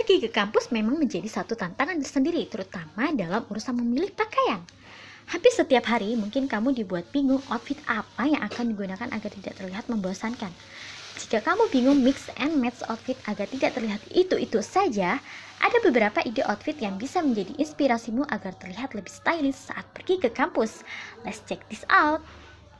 Pergi ke kampus memang menjadi satu tantangan tersendiri, terutama dalam urusan memilih pakaian. Hampir setiap hari mungkin kamu dibuat bingung outfit apa yang akan digunakan agar tidak terlihat membosankan. Jika kamu bingung mix and match outfit agar tidak terlihat itu-itu saja, ada beberapa ide outfit yang bisa menjadi inspirasimu agar terlihat lebih stylish saat pergi ke kampus. Let's check this out.